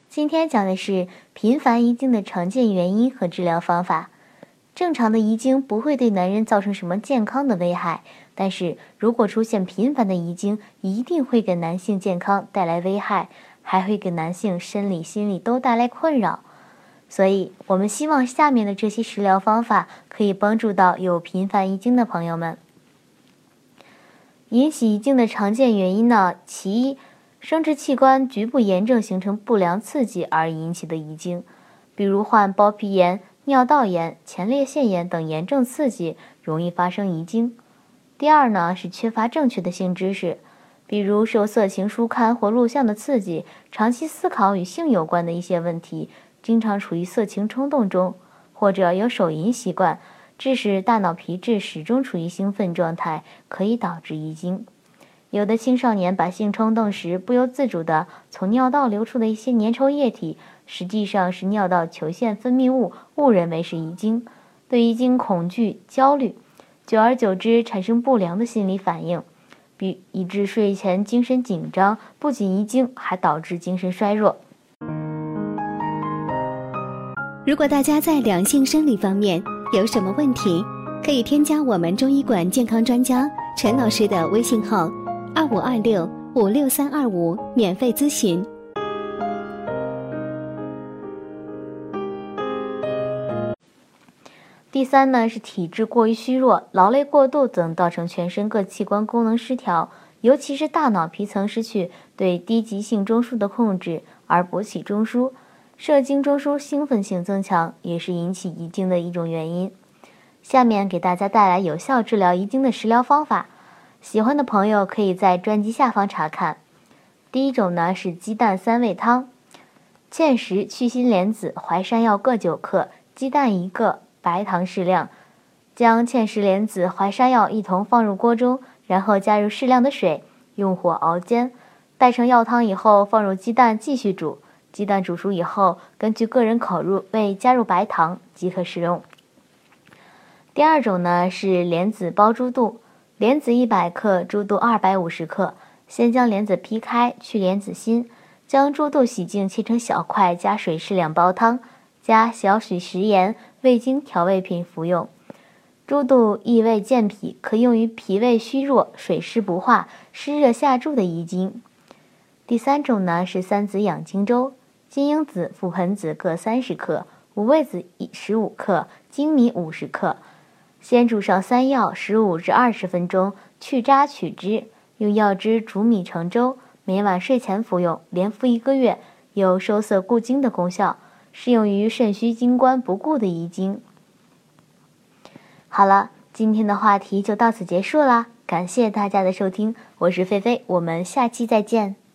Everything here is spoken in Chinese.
今天讲的是频繁遗精的常见原因和治疗方法。正常的遗精不会对男人造成什么健康的危害，但是如果出现频繁的遗精，一定会给男性健康带来危害，还会给男性生理、心理都带来困扰。所以，我们希望下面的这些食疗方法可以帮助到有频繁遗精的朋友们。引起遗精的常见原因呢，其一，生殖器官局部炎症形成不良刺激而引起的遗精，比如患包皮炎、尿道炎、前列腺炎等炎症刺激，容易发生遗精。第二呢，是缺乏正确的性知识，比如受色情书刊或录像的刺激，长期思考与性有关的一些问题，经常处于色情冲动中，或者有手淫习惯，致使大脑皮质始终处于兴奋状态，可以导致遗精。有的青少年把性冲动时不由自主地从尿道流出的一些粘稠液体，实际上是尿道球腺分泌物，误认为是遗精，对遗精恐惧、焦虑，久而久之产生不良的心理反应，以致睡前精神紧张，不仅遗精，还导致精神衰弱。 如果大家在两性生理方面有什么问题，可以添加我们中医馆健康专家陈老师的微信号2526-56325免费咨询。 第三呢，是体质过于虚弱，劳累过度等造成全身各器官功能失调，尤其是大脑皮层失去对低级性中枢的控制，而勃起中枢、射精中枢兴奋性增强，也是引起遗精的一种原因。下面给大家带来有效治疗遗精的食疗方法，喜欢的朋友可以在专辑下方查看。第一种呢是鸡蛋3味汤，芡实、去腥莲子、淮山药各9克，鸡蛋1个，白糖适量。将芡实莲子、淮山药一同放入锅中，然后加入适量的水，用火熬煎，待成药汤以后放入鸡蛋继续煮。鸡蛋煮熟以后，根据个人口味加入白糖即可食用。第二种呢是莲子煲猪肚，莲子100克，猪肚250克。先将莲子劈开，去莲子心，将猪肚洗净切成小块，加水适量煲汤，加少许食盐、味精调味品服用。猪肚益胃健脾，可用于脾胃虚弱、水湿不化、湿热下注的遗精。第三种呢是3子养精粥，金樱子、覆盆子各30克，五味子15克，粳米50克。先煮上3药15至20分钟，去渣取汁，用药汁煮米成粥，每晚睡前服用，连服1个月，有收涩固精的功效，适用于肾虚精关不固的遗精。好了，今天的话题就到此结束啦，感谢大家的收听，我是菲菲，我们下期再见。